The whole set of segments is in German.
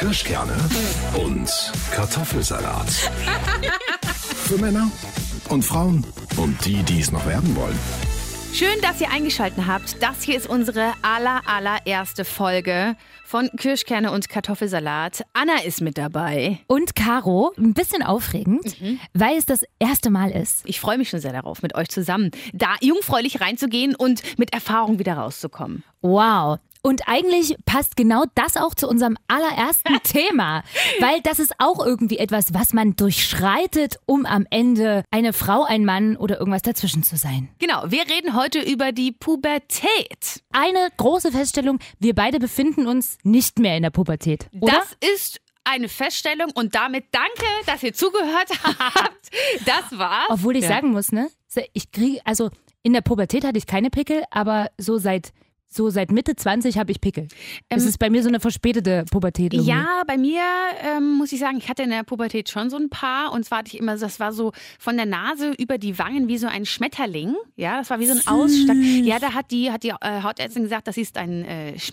Kirschkerne und Kartoffelsalat. Für Männer und Frauen und die es noch werden wollen. Schön, dass ihr eingeschaltet habt. Das hier ist unsere allererste Folge von Kirschkerne und Kartoffelsalat. Anna ist mit dabei. Und Caro, ein bisschen aufregend, weil es das erste Mal ist. Ich freue mich schon sehr darauf, mit euch zusammen da jungfräulich reinzugehen und mit Erfahrung wieder rauszukommen. Wow. Und eigentlich passt genau das auch zu unserem allerersten Thema, weil das ist auch irgendwie etwas, was man durchschreitet, um am Ende eine Frau, ein Mann oder irgendwas dazwischen zu sein. Genau, wir reden heute über die Pubertät. Eine große Feststellung, wir beide befinden uns nicht mehr in der Pubertät, oder? Das ist eine Feststellung und damit danke, dass ihr zugehört habt. Das war's. Obwohl ich sagen muss, ne, also in der Pubertät hatte ich keine Pickel, aber so seit Mitte 20 habe ich Pickel. Es ist bei mir so eine verspätete Pubertät irgendwie. Ja, bei mir muss ich sagen, ich hatte in der Pubertät schon so ein paar. Und zwar hatte ich immer, das war so von der Nase über die Wangen wie so ein Schmetterling. Ja, das war wie so ein Ausschlag. Ja, da hat die Hautärztin gesagt, das ist ein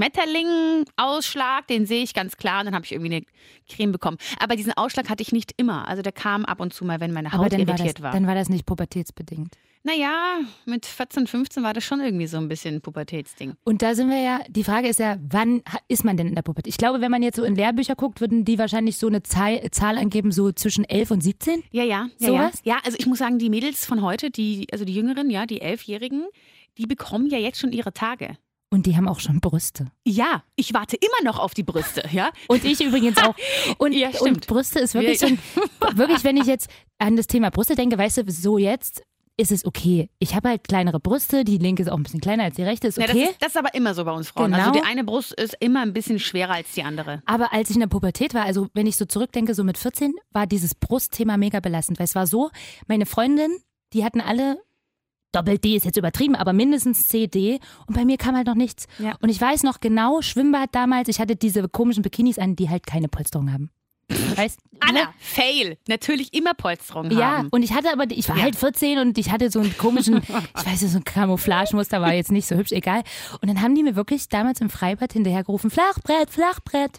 Schmetterling-Ausschlag. Den sehe ich ganz klar. Und dann habe ich irgendwie eine Creme bekommen. Aber diesen Ausschlag hatte ich nicht immer. Also der kam ab und zu mal, wenn meine Haut irritiert war. Dann war das nicht pubertätsbedingt. Naja, mit 14, 15 war das schon irgendwie so ein bisschen Pubertätsding. Und da sind wir ja, die Frage ist ja, wann ist man denn in der Pubertät? Ich glaube, wenn man jetzt so in Lehrbücher guckt, würden die wahrscheinlich so eine Zahl angeben, so zwischen 11 und 17? Ja. Sowas? Ja, also ich muss sagen, die Mädels von heute, die Jüngeren, ja, die 11-Jährigen, die bekommen ja jetzt schon ihre Tage. Und die haben auch schon Brüste. Ja, ich warte immer noch auf die Brüste, ja. Und ich übrigens auch. Und, ja, stimmt. Und Brüste ist wirklich wirklich, wenn ich jetzt an das Thema Brüste denke, weißt du, so jetzt ist es okay. Ich habe halt kleinere Brüste, die linke ist auch ein bisschen kleiner als die rechte, ist okay. Ja, das ist aber immer so bei uns Frauen. Genau. Also die eine Brust ist immer ein bisschen schwerer als die andere. Aber als ich in der Pubertät war, also wenn ich so zurückdenke, so mit 14, war dieses Brustthema mega belastend. Weil es war so, meine Freundinnen, die hatten alle, Doppel-D ist jetzt übertrieben, aber mindestens C-D und bei mir kam halt noch nichts. Ja. Und ich weiß noch genau, Schwimmbad damals, ich hatte diese komischen Bikinis an, die halt keine Polsterung haben. Weißt, Anna, Fail. Natürlich immer Polsterung haben. Ja, und ich war halt 14 und ich hatte so einen komischen, ich weiß nicht, so ein Camouflage-Muster, war jetzt nicht so hübsch, egal. Und dann haben die mir wirklich damals im Freibad hinterhergerufen, Flachbrett.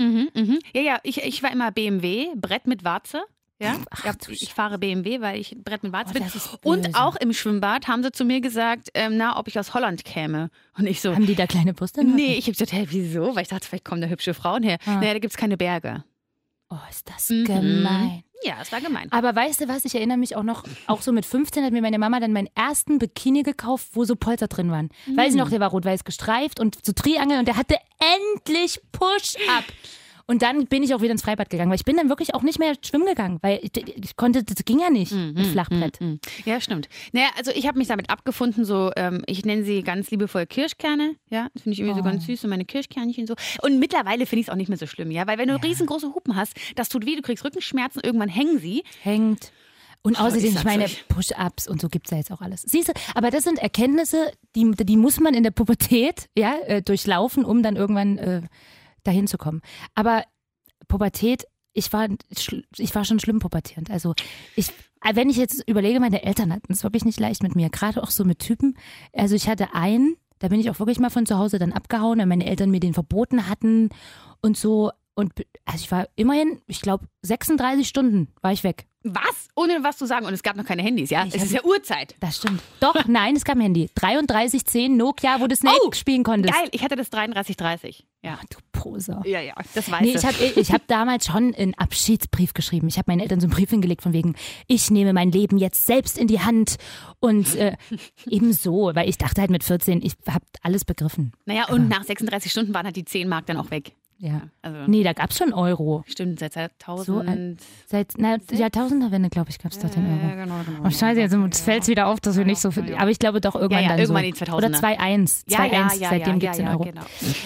Ja, ich war immer BMW, Brett mit Warze. Ja, Ach, ich fahre BMW, weil ich Brett mit Warze bin. das ist böse. Und auch im Schwimmbad haben sie zu mir gesagt, ob ich aus Holland käme. Und ich so, Haben die da kleine Brüste? nee, ich habe gesagt, hey, wieso? Weil ich dachte, vielleicht kommen da hübsche Frauen her. Naja, da gibt es keine Berge. Oh, ist das gemein. Ja, das war gemein. Aber weißt du was, ich erinnere mich auch noch, auch so mit 15 hat mir meine Mama dann meinen ersten Bikini gekauft, wo so Polster drin waren. Weiß ich noch, der war rot-weiß gestreift und so Triangel und der hatte endlich Push-Up. Und dann bin ich auch wieder ins Freibad gegangen, weil ich bin dann wirklich auch nicht mehr schwimmen gegangen, weil ich konnte, das ging ja nicht mit Flachbrett. Ja, stimmt. Naja, also ich habe mich damit abgefunden, so, ich nenne sie ganz liebevoll Kirschkerne, ja, das finde ich irgendwie so ganz süß, so meine Kirschkernchen so. Und mittlerweile finde ich es auch nicht mehr so schlimm, ja, weil wenn du riesengroße Hupen hast, das tut weh, du kriegst Rückenschmerzen, irgendwann hängen sie. Hängt. Und außerdem, ich meine, euch. Push-Ups und so gibt es ja jetzt auch alles. Siehst du, aber das sind Erkenntnisse, die muss man in der Pubertät durchlaufen, um dann irgendwann dahin zu kommen. Aber Pubertät, ich war schon schlimm pubertierend. Also wenn ich jetzt überlege, meine Eltern hatten es wirklich nicht leicht mit mir, gerade auch so mit Typen. Also ich hatte einen, da bin ich auch wirklich mal von zu Hause dann abgehauen, weil meine Eltern mir den verboten hatten und so. Und also ich war immerhin, ich glaube, 36 Stunden war ich weg. Was? Ohne was zu sagen. Und es gab noch keine Handys, ja? Es ist ja Uhrzeit. Das stimmt. Doch, nein, es gab ein Handy. 3310 Nokia, wo du Snake spielen konntest. Geil, ich hatte das 3330. Ja. Oh, du Poser. Ja, das weiß ich. Ich hab damals schon einen Abschiedsbrief geschrieben. Ich habe meinen Eltern so einen Brief hingelegt von wegen, ich nehme mein Leben jetzt selbst in die Hand. Und eben so, weil ich dachte halt mit 14, ich habe alles begriffen. Naja, und nach 36 Stunden waren halt die 10 Mark dann auch weg. Ja. Also, nee, da gab es schon Euro. Stimmt, seit 2000. So, seit Jahrtausendwende, glaube ich, gab es dort den Euro. Ja, genau. Oh, scheiße, jetzt fällt es wieder auf, dass wir nicht so viel. Aber ich glaube doch irgendwann dann irgendwann so. in 2000er. Oder 2,1. 2,1, seitdem gibt es den Euro. Genau.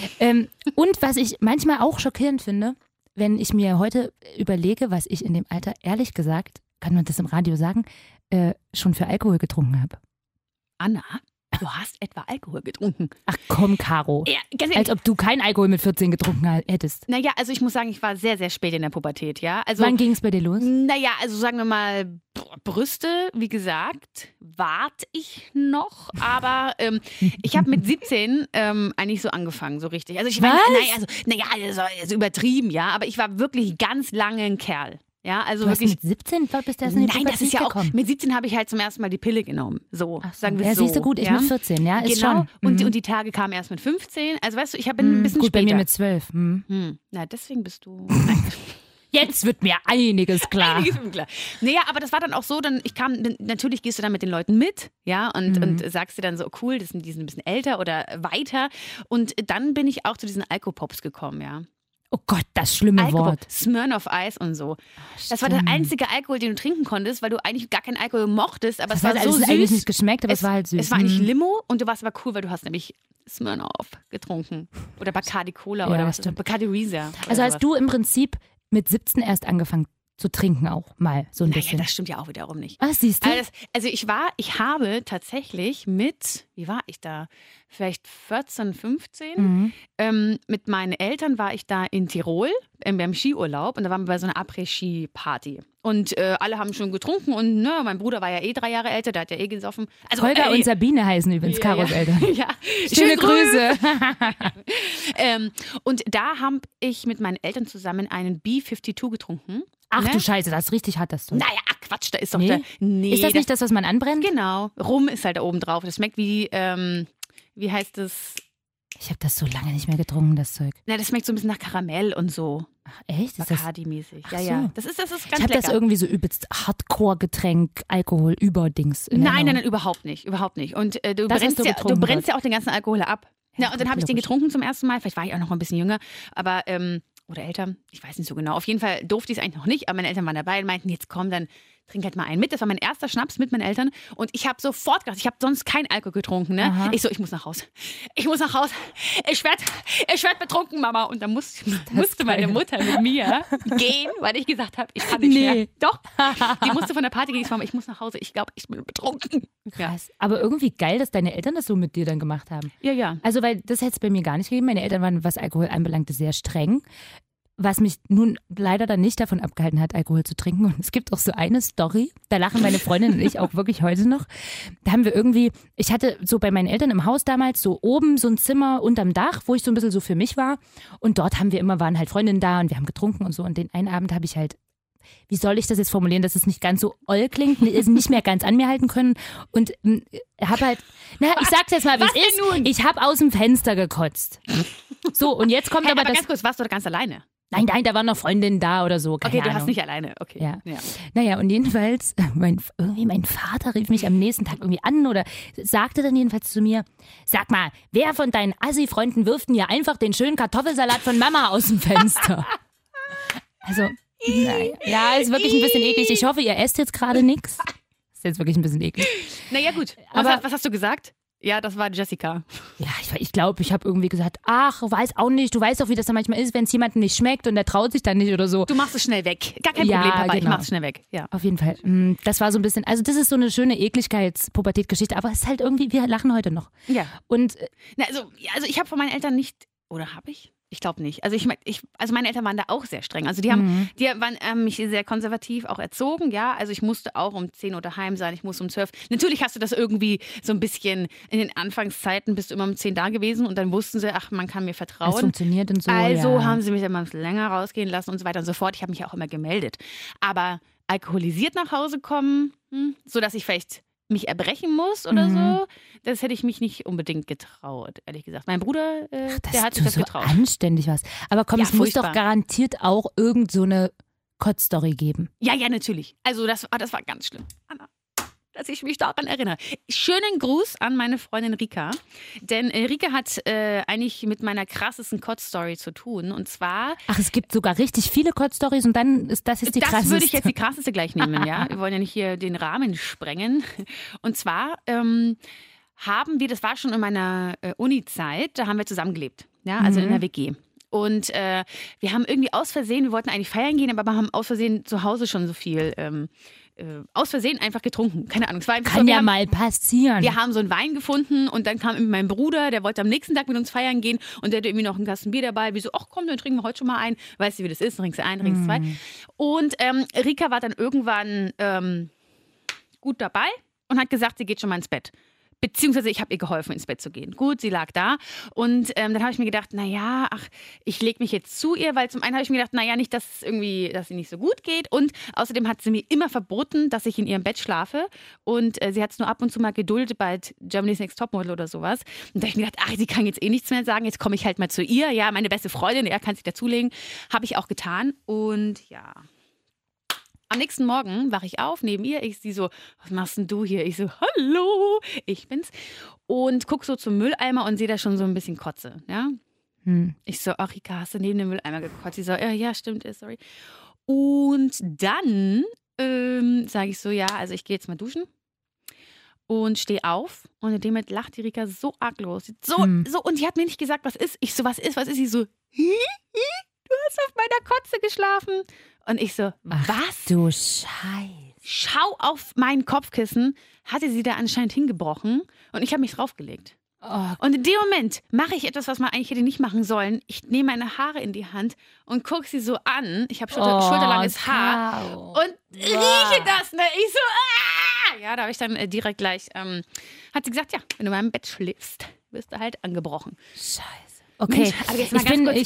Und was ich manchmal auch schockierend finde, wenn ich mir heute überlege, was ich in dem Alter, ehrlich gesagt, kann man das im Radio sagen, schon für Alkohol getrunken habe. Anna? Du hast etwa Alkohol getrunken. Ach komm, Caro. Ja, ganz ehrlich. Als ob du keinen Alkohol mit 14 getrunken hättest. Naja, also ich muss sagen, ich war sehr, sehr spät in der Pubertät, ja. Also, wann ging es bei dir los? Naja, also sagen wir mal Brüste, wie gesagt, warte ich noch, aber ich habe mit 17 eigentlich so angefangen, so richtig. Also ich war, also übertrieben, ja, aber ich war wirklich ganz lange ein Kerl. Ja, also Du wirklich. hast mit 17 bist du erst in die Nein, das ist ja auch. gekommen. Mit 17 habe ich halt zum ersten Mal die Pille genommen. So, Ach so. sagen wir Ja, es so. siehst du gut, ich ja? mit 14, ja, ist genau. schon. Und die Tage kamen erst mit 15. Also weißt du, ich habe ein bisschen gut, später. bei mir mit 12. Na, deswegen bist du. Jetzt wird mir einiges klar. Einiges ist mir klar. Naja, aber das war dann auch so, natürlich gehst du dann mit den Leuten mit, ja, und sagst dir dann so, cool, die sind ein bisschen älter oder weiter. Und dann bin ich auch zu diesen Alkopops gekommen, ja. Oh Gott, das schlimme Wort. Smirnoff Eis und so. Das war der einzige Alkohol, den du trinken konntest, weil du eigentlich gar keinen Alkohol mochtest, aber es war so süß. eigentlich nicht geschmeckt, aber es war halt süß. Es war eigentlich Limo und du warst aber cool, weil du hast nämlich Smirnoff getrunken. Oder Bacardi Cola oder was. Bacardi Risa. Also hast du im Prinzip mit 17 erst angefangen zu trinken auch mal so ein bisschen. Ja, das stimmt ja auch wiederum nicht. Was siehst du? Also ich habe tatsächlich wie war ich da? Vielleicht 14, 15. Mit meinen Eltern war ich da in Tirol beim Skiurlaub und da waren wir bei so einer Après-Ski-Party. Und alle haben schon getrunken und mein Bruder war ja 3 Jahre älter, der hat ja gesoffen. Also, Holger und Sabine heißen übrigens Karos Eltern. Ja. Schöne Grüße. Und da habe ich mit meinen Eltern zusammen einen B-52 getrunken. Ach du Scheiße, das ist richtig hart, das Zeug. Naja, Quatsch, da ist doch Nee, ist das nicht das, was man anbrennt? Genau. Rum ist halt da oben drauf. Das schmeckt wie heißt das? Ich habe das so lange nicht mehr getrunken, das Zeug. Na, das schmeckt so ein bisschen nach Karamell und so. Ach, echt? Bacardi-mäßig. Ja, ja. Das ist ganz ich habe lecker. das irgendwie so übelst Hardcore-Getränk, Alkohol, Überdings. Nein, überhaupt nicht. Überhaupt nicht. Und du brennst ja auch den ganzen Alkohol ab. Ja, und dann habe ich den getrunken zum ersten Mal. Vielleicht war ich auch noch ein bisschen jünger. Aber oder älter, ich weiß nicht so genau. Auf jeden Fall durfte ich es eigentlich noch nicht, aber meine Eltern waren dabei und meinten, jetzt komm, dann trink halt mal einen mit. Das war mein erster Schnaps mit meinen Eltern und ich habe sofort gedacht, ich habe sonst keinen Alkohol getrunken. Ne? Ich muss nach Hause. Ich werd betrunken, Mama. Und dann musste meine Mutter mit mir gehen, weil ich gesagt habe, ich kann nicht mehr. Doch. Die musste von der Party gehen, Mama, ich muss nach Hause. Ich glaube, ich bin betrunken. Krass. Ja. Aber irgendwie geil, dass deine Eltern das so mit dir dann gemacht haben. Ja. Also, weil das hätte es bei mir gar nicht gegeben. Meine Eltern waren, was Alkohol anbelangte, sehr streng. Was mich nun leider dann nicht davon abgehalten hat, Alkohol zu trinken. Und es gibt auch so eine Story, da lachen meine Freundin und ich auch wirklich heute noch. Da haben wir ich hatte so bei meinen Eltern im Haus damals so oben so ein Zimmer unterm Dach, wo ich so ein bisschen so für mich war. Und dort waren halt Freundinnen da und wir haben getrunken und so. Und den einen Abend habe ich halt, wie soll ich das jetzt formulieren, dass es nicht ganz so oll klingt, nicht mehr ganz an mir halten können. Und habe halt, ich sag's jetzt mal, wie es ist. Nun? Ich habe aus dem Fenster gekotzt. So, und jetzt kommt aber das... ganz kurz, warst du da ganz alleine? Nein, da waren noch Freundinnen da oder so. Keine Ahnung. Du hast nicht alleine. Okay. Ja. Naja, und jedenfalls, mein Vater rief mich am nächsten Tag irgendwie an oder sagte dann jedenfalls zu mir, sag mal, wer von deinen Assi-Freunden wirft denn hier einfach den schönen Kartoffelsalat von Mama aus dem Fenster? Also, ja, ist wirklich ein bisschen eklig. Ich hoffe, ihr esst jetzt gerade nichts. Ist jetzt wirklich ein bisschen eklig. Naja, gut. Was hast du gesagt? Ja, das war Jessica. Ja, ich glaube, ich habe irgendwie gesagt, ach, weiß auch nicht, du weißt doch, wie das dann manchmal ist, wenn es jemandem nicht schmeckt und der traut sich dann nicht oder so. Du machst es schnell weg. Gar kein Problem, Papa, ich mach's schnell weg. Ja. Auf jeden Fall. Das war so ein bisschen, also das ist so eine schöne Ekligkeits-Pubertät-Geschichte, aber es ist halt irgendwie, wir lachen heute noch. Ja. Und also ich habe von meinen Eltern nicht, oder habe ich? Ich glaube nicht. Also meine Eltern waren da auch sehr streng. Also die waren mich sehr konservativ auch erzogen, ja. Also ich musste auch um 10 Uhr daheim sein, ich musste um 12. Natürlich hast du das irgendwie so ein bisschen, in den Anfangszeiten bist du immer um 10 da gewesen und dann wussten sie, ach, man kann mir vertrauen. Es funktioniert und so, Also haben sie mich dann mal ein bisschen länger rausgehen lassen und so weiter und so fort. Ich habe mich auch immer gemeldet. Aber alkoholisiert nach Hause kommen, sodass ich vielleicht mich erbrechen muss oder so, das hätte ich mich nicht unbedingt getraut, ehrlich gesagt. Mein Bruder, der hat sich das getraut. Anständig was. Aber komm, ja, es muss doch garantiert auch irgend so eine Kotzstory geben. Ja, natürlich. Also das war ganz schlimm, Anna, dass ich mich daran erinnere. Schönen Gruß an meine Freundin Rika, denn Rika hat eigentlich mit meiner krassesten Kotzstory zu tun und zwar... Ach, es gibt sogar richtig viele Kotzstories und dann ist das jetzt die krasseste. Das würde ich jetzt die krasseste gleich nehmen, ja. Wir wollen ja nicht hier den Rahmen sprengen. Und zwar haben wir, das war schon in meiner Uni-Zeit, da haben wir zusammengelebt, ja, also in der WG. Und wir haben irgendwie aus Versehen, wir wollten eigentlich feiern gehen, aber wir haben aus Versehen zu Hause schon so viel aus Versehen einfach getrunken. Keine Ahnung. Es war Kann ja mal passieren. Wir haben so einen Wein gefunden und dann kam mein Bruder, der wollte am nächsten Tag mit uns feiern gehen und der hatte irgendwie noch einen Kasten Bier dabei. Wie so, ach komm, dann trinken wir heute schon mal ein. Weißt du, wie das ist? Trinkst du ein, trinkst zwei. Und Rika war dann irgendwann gut dabei und hat gesagt, sie geht schon mal ins Bett. Beziehungsweise ich habe ihr geholfen, ins Bett zu gehen. Gut, sie lag da und dann habe ich mir gedacht, ich lege mich jetzt zu ihr, weil zum einen habe ich mir gedacht, nicht, dass sie nicht so gut geht und außerdem hat sie mir immer verboten, dass ich in ihrem Bett schlafe und sie hat es nur ab und zu mal geduldet bei Germany's Next Topmodel oder sowas. Und da habe ich mir gedacht, sie kann jetzt eh nichts mehr sagen, jetzt komme ich halt mal zu ihr, ja, meine beste Freundin, er kann sich dazulegen. Habe ich auch getan und ja... Am nächsten Morgen wache ich auf, neben ihr. Ich sie so, was machst denn du hier? Ich so, hallo, ich bin's. Und guck so zum Mülleimer und sehe da schon so ein bisschen Kotze. Ja? Ich so, Rika, hast du neben dem Mülleimer gekotzt? Sie so, ja, stimmt, sorry. Und dann sage ich so, ja, also ich gehe jetzt mal duschen. Und stehe auf und in dem Moment lacht die Rika so arglos. So, und die hat mir nicht gesagt, was ist. Ich so, was ist? Sie so, du hast auf meiner Kotze geschlafen. Und ich so, was? Ach du Scheiße. Schau auf mein Kopfkissen, hatte sie da anscheinend hingebrochen und ich habe mich draufgelegt. Oh. Und in dem Moment mache ich etwas, was man eigentlich hätte nicht machen sollen. Ich nehme meine Haare in die Hand und gucke sie so an. Ich habe schulterlanges Haar und rieche das. Ne? Ich so, Ja, da habe ich dann direkt gleich, hat sie gesagt, ja, wenn du mal im Bett schläfst, wirst du halt angebrochen. Scheiße. Okay, Mensch, aber jetzt mal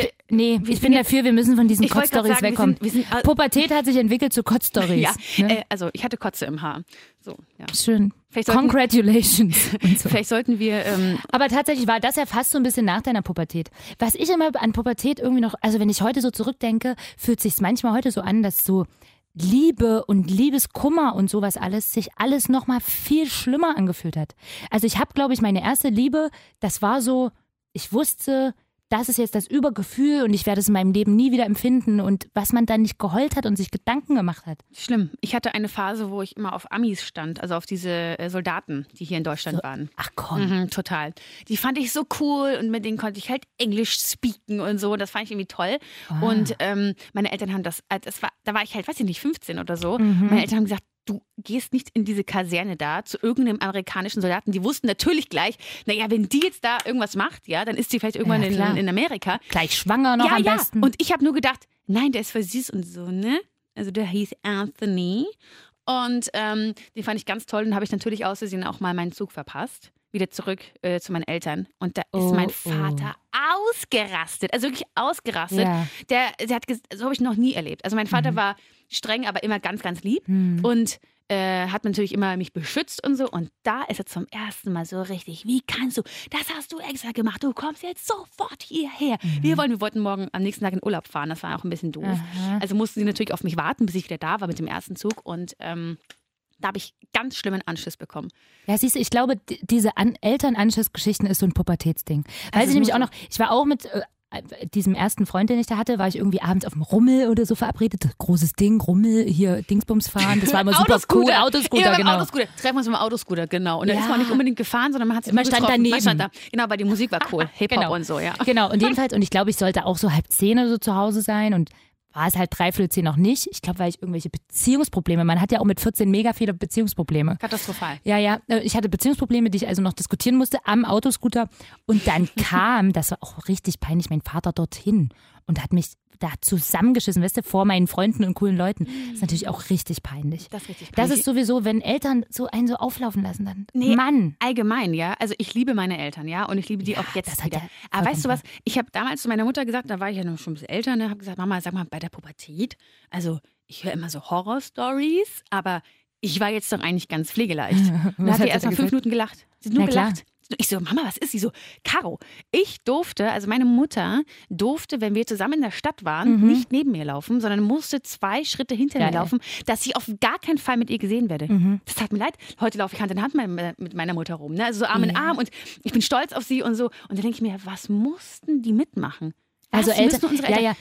ich bin dafür, wir müssen von diesen Kotz-Stories wegkommen. Pubertät hat sich entwickelt zu Kotz-Stories. Ja, ne? Also ich hatte Kotze im Haar. So, ja. Schön. Congratulations. So. Vielleicht sollten wir... Aber tatsächlich war das ja fast so ein bisschen nach deiner Pubertät. Was ich immer an Pubertät irgendwie noch, also wenn ich heute so zurückdenke, fühlt sich manchmal heute so an, dass so Liebe und Liebeskummer und sowas alles sich alles nochmal viel schlimmer angefühlt hat. Also ich habe, glaube ich, meine erste Liebe, das war so... Ich wusste, das ist jetzt das Übergefühl und ich werde es in meinem Leben nie wieder empfinden und was man dann nicht geheult hat und sich Gedanken gemacht hat. Schlimm. Ich hatte eine Phase, wo ich immer auf Amis stand, also auf diese Soldaten, die hier in Deutschland waren. Ach komm. Total. Die fand ich so cool und mit denen konnte ich halt Englisch speaken und so. Das fand ich irgendwie toll. Und meine Eltern haben da war ich halt, weiß ich nicht, 15 oder so. Meine Eltern haben gesagt, du gehst nicht in diese Kaserne da zu irgendeinem amerikanischen Soldaten. Die wussten natürlich gleich, wenn die jetzt da irgendwas macht, ja, dann ist sie vielleicht irgendwann in Amerika. Gleich schwanger noch am besten. Und ich habe nur gedacht, nein, der ist voll süß und so, ne? Also der hieß Anthony. Und den fand ich ganz toll. Und habe ich natürlich aus Versehen auch mal meinen Zug verpasst. Wieder zurück zu meinen Eltern. Und da ist mein Vater ausgerastet. Also wirklich ausgerastet. Ja. Der hat so habe ich noch nie erlebt. Also mein Vater war streng, aber immer ganz, ganz lieb. Und hat natürlich immer mich beschützt und so. Und da ist er zum ersten Mal so richtig, wie kannst du, das hast du extra gemacht, du kommst jetzt sofort hierher. Wir wollten morgen am nächsten Tag in Urlaub fahren, das war auch ein bisschen doof. Also mussten sie natürlich auf mich warten, bis ich wieder da war mit dem ersten Zug und da habe ich ganz schlimmen Anschiss bekommen. Ja, siehst du, ich glaube, diese Elternanschissgeschichten ist so ein Pubertätsding. Weiß ich nämlich auch noch, ich war auch mit diesem ersten Freund, den ich da hatte, war ich irgendwie abends auf dem Rummel oder so verabredet. Großes Ding, Rummel, hier Dingsbums fahren. Das war immer super cool. Autoscooter, genau. Autoscooter. Treffen wir uns mit dem Autoscooter, genau. Und da ist man nicht unbedingt gefahren, sondern man hat sich immer stand daneben. Genau, weil die Musik war cool. Hip-Hop und so, ja. Genau, und jedenfalls, und ich glaube, ich sollte auch so 9:30 oder so zu Hause sein und war es halt 9:45 noch nicht. Ich glaube, weil ich irgendwelche Beziehungsprobleme, man hat ja auch mit 14 mega viele Beziehungsprobleme. Katastrophal. Ja, ich hatte Beziehungsprobleme, die ich also noch diskutieren musste am Autoscooter. Und dann kam, das war auch richtig peinlich, mein Vater dorthin und hat mich da zusammengeschissen, weißt du, vor meinen Freunden und coolen Leuten. Das ist natürlich auch richtig peinlich. Das ist richtig peinlich. Das ist sowieso, wenn Eltern einen so auflaufen lassen, dann Mann. Allgemein, ja. Also ich liebe meine Eltern, ja, und ich liebe die auch jetzt wieder. Aber weißt du was, ich habe damals zu meiner Mutter gesagt, da war ich ja noch schon ein bisschen älter, ne, habe gesagt, Mama, sag mal, bei der Pubertät, also ich höre immer so Horror-Stories, aber ich war jetzt doch eigentlich ganz pflegeleicht. Und da hat die erst mal 5 Minuten gelacht. Sie hat nur gelacht. Ich so, Mama, was ist sie so? Caro, also meine Mutter durfte, wenn wir zusammen in der Stadt waren, nicht neben mir laufen, sondern musste 2 Schritte hinter mir laufen, dass ich auf gar keinen Fall mit ihr gesehen werde. Das tat mir leid. Heute laufe ich Hand in Hand mit meiner Mutter rum, ne? Also so Arm in Arm und ich bin stolz auf sie und so. Und dann denke ich mir, was mussten die mitmachen? Also Eltern,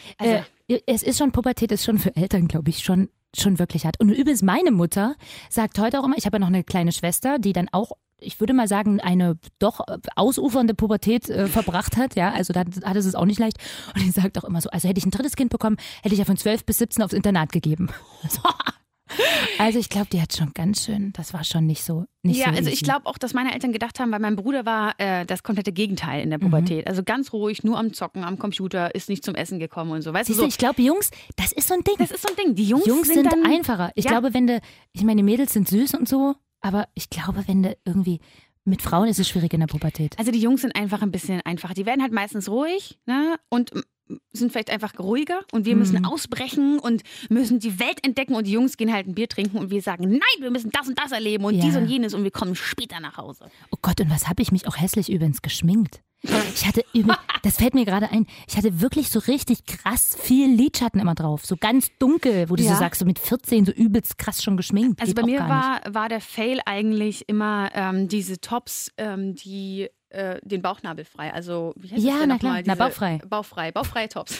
es ist schon, Pubertät ist schon für Eltern, glaube ich, schon wirklich hart. Und übrigens, meine Mutter sagt heute auch immer, ich habe ja noch eine kleine Schwester, die dann auch, ich würde mal sagen, eine doch ausufernde Pubertät verbracht hat. Ja, also da hatte sie es auch nicht leicht. Und die sagt auch immer so, also hätte ich ein drittes Kind bekommen, hätte ich ja von 12 bis 17 aufs Internat gegeben. Also ich glaube, die hat schon ganz schön, das war schon nicht so Ja, so also easy. ich glaube auch, dass meine Eltern gedacht haben, weil mein Bruder war das komplette Gegenteil in der Pubertät. Also ganz ruhig, nur am Zocken, am Computer, ist nicht zum Essen gekommen und so. Weißt du, Siehst du, so. ich glaube, Jungs, das ist so ein Ding. Das ist so ein Ding. Die Jungs sind dann einfacher. Ich glaube, ich meine, die Mädels sind süß und so, aber ich glaube, wenn du irgendwie, mit Frauen ist es schwierig in der Pubertät. Also die Jungs sind einfach ein bisschen einfacher. Die werden halt meistens ruhig, ne? Und sind vielleicht einfach ruhiger und wir müssen ausbrechen und müssen die Welt entdecken und die Jungs gehen halt ein Bier trinken und wir sagen, nein, wir müssen das und das erleben und dies und jenes und wir kommen später nach Hause. Oh Gott, und was habe ich mich auch hässlich übrigens geschminkt? Ich hatte das fällt mir gerade ein, ich hatte wirklich so richtig krass viel Lidschatten immer drauf, so ganz dunkel, wo du so sagst, so mit 14 so übelst krass schon geschminkt. Also Geht bei mir gar nicht. war der Fail eigentlich immer diese Tops, die den Bauchnabel frei. Also wie heißt das denn na nochmal? klar, bauchfrei. Bauchfreie Tops.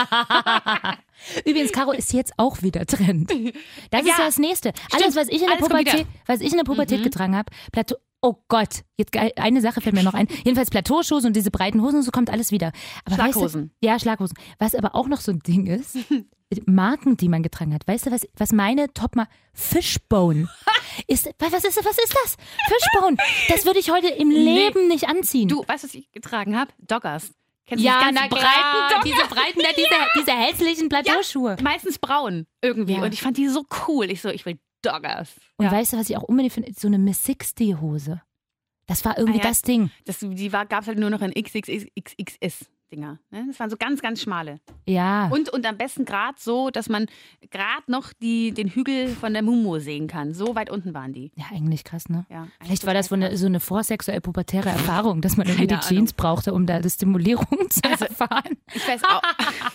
Übrigens, Caro, ist jetzt auch wieder Trend. Das ist ja das Nächste. Alles, was ich in der Pubertät getragen habe, oh Gott, jetzt eine Sache fällt mir noch ein. Jedenfalls Plateauschuhe und diese breiten Hosen und so kommt alles wieder. Aber Schlaghosen. Weißt du, ja, Schlaghosen. Was aber auch noch so ein Ding ist, Marken, die man getragen hat. Weißt du, was meine Fishbone ist? Was ist das? Fishbone. Das würde ich heute im Leben nicht anziehen. Du, weißt du, was ich getragen habe? Doggers. Kennst du ja, die ganz breiten Doggers? diese hässlichen Plateauschuhe. Ja, meistens braun irgendwie. Ja. Und ich fand die so cool. Ich will Doggers. Und weißt du, was ich auch unbedingt finde? So eine Miss 60 Hose. Das war irgendwie das Ding. Die gab es halt nur noch in XXS-Dinger. Ne? Das waren so ganz, ganz schmale. Ja. Und am besten gerade so, dass man gerade noch den Hügel von der Mumu sehen kann. So weit unten waren die. Ja, eigentlich krass, ne? Ja, vielleicht war das so eine vorsexuell-pubertäre Erfahrung, dass man irgendwie die Jeans brauchte, um da die Stimulierung zu erfahren. Ich weiß auch.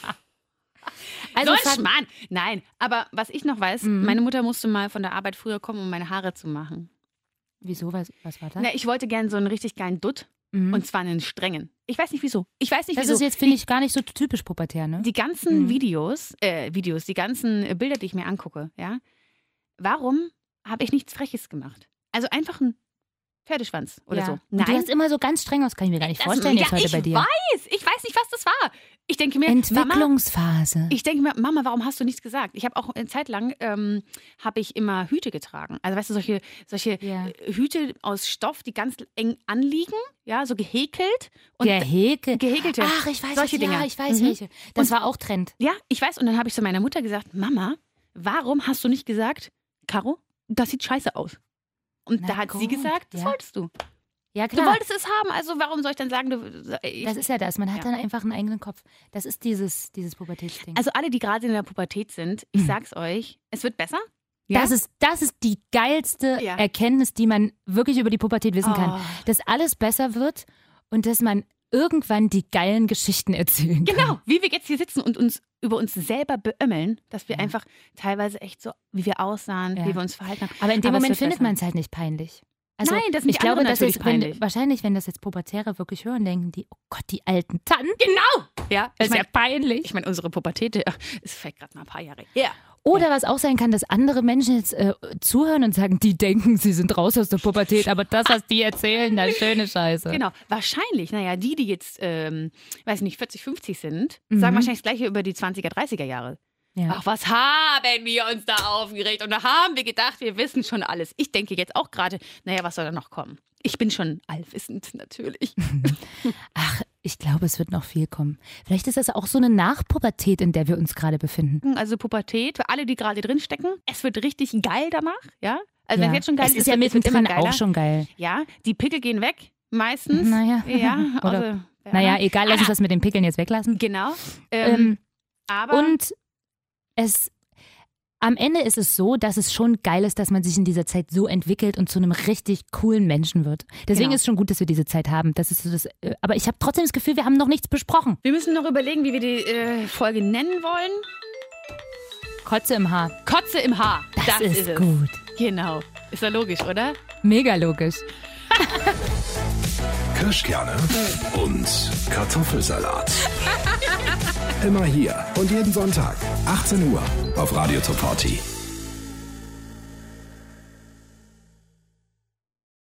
Also Schmarrn. Nein, aber was ich noch weiß, meine Mutter musste mal von der Arbeit früher kommen, um meine Haare zu machen. Wieso? Was war das? Na, ich wollte gerne so einen richtig geilen Dutt. Und zwar einen strengen. Ich weiß nicht wieso. Das ist jetzt, finde ich, gar nicht so typisch pubertär, ne? Die ganzen die ganzen Bilder, die ich mir angucke, ja. Warum habe ich nichts Freches gemacht? Also einfach ein Pferdeschwanz oder so. Nein. Du hast immer so ganz streng aus, kann ich mir gar nicht vorstellen jetzt heute bei dir. Ich weiß nicht, was das war. Ich denke mir, Entwicklungsphase. Mama, warum hast du nichts gesagt? Ich habe auch eine Zeit lang habe ich immer Hüte getragen. Also weißt du, solche Hüte aus Stoff, die ganz eng anliegen, ja, so gehäkelt. Und Gehäkelte. Ach, ich weiß solche Dinge. Ja, ich weiß welche. Das war auch Trend. Ja, ich weiß. Und dann habe ich zu meiner Mutter gesagt, Mama, warum hast du nicht gesagt, Caro, das sieht scheiße aus? Und da hat sie gesagt, das wolltest du. Ja, klar. Du wolltest es haben, also warum soll ich dann sagen, das ist ja das, man hat dann einfach einen eigenen Kopf. Das ist dieses Pubertätsding. Also alle, die gerade in der Pubertät sind, ich sag's euch, es wird besser. Ja? Das ist die geilste Erkenntnis, die man wirklich über die Pubertät wissen kann. Dass alles besser wird und dass man irgendwann die geilen Geschichten erzählen kann. Genau, wie wir jetzt hier sitzen und uns über uns selber beömmeln, dass wir einfach teilweise echt so, wie wir aussahen, wie wir uns verhalten haben. Aber in dem Moment findet man es halt nicht peinlich. Also, nein, das sind die anderen natürlich peinlich. Wahrscheinlich, wenn das jetzt Pubertäre wirklich hören, denken die, oh Gott, die alten Tanten. Genau! Ja, das ist ja peinlich. Ich meine, unsere Pubertät ist vielleicht gerade mal ein paar Jahre her. Oder was auch sein kann, dass andere Menschen jetzt zuhören und sagen, die denken, sie sind raus aus der Pubertät, aber das, was die erzählen, das ist schöne Scheiße. Genau, wahrscheinlich, die jetzt, weiß nicht, 40, 50 sind, sagen wahrscheinlich das Gleiche über die 20er, 30er Jahre. Ja. Ach, was haben wir uns da aufgeregt? Und da haben wir gedacht, wir wissen schon alles. Ich denke jetzt auch gerade, was soll da noch kommen? Ich bin schon allwissend, natürlich. Ach, ich glaube, es wird noch viel kommen. Vielleicht ist das auch so eine Nachpubertät, in der wir uns gerade befinden. Also Pubertät, für alle, die gerade drinstecken, es wird richtig geil danach, ja? Also wenn es jetzt schon geil ist, es ist ja mittendrin auch schon geil. Ja, die Pickel gehen weg, meistens. Naja, egal, lass uns das mit den Pickeln jetzt weglassen. Genau. Aber und am Ende ist es so, dass es schon geil ist, dass man sich in dieser Zeit so entwickelt und zu einem richtig coolen Menschen wird. Deswegen ist es schon gut, dass wir diese Zeit haben. Das ist so das, aber ich habe trotzdem das Gefühl, wir haben noch nichts besprochen. Wir müssen noch überlegen, wie wir die Folge nennen wollen. Kotze im Haar. Kotze im Haar. Das ist es. Gut. Genau. Ist ja logisch, oder? Mega logisch. Kirschkerne und Kartoffelsalat. Immer hier und jeden Sonntag, 18 Uhr auf Radio Top 40.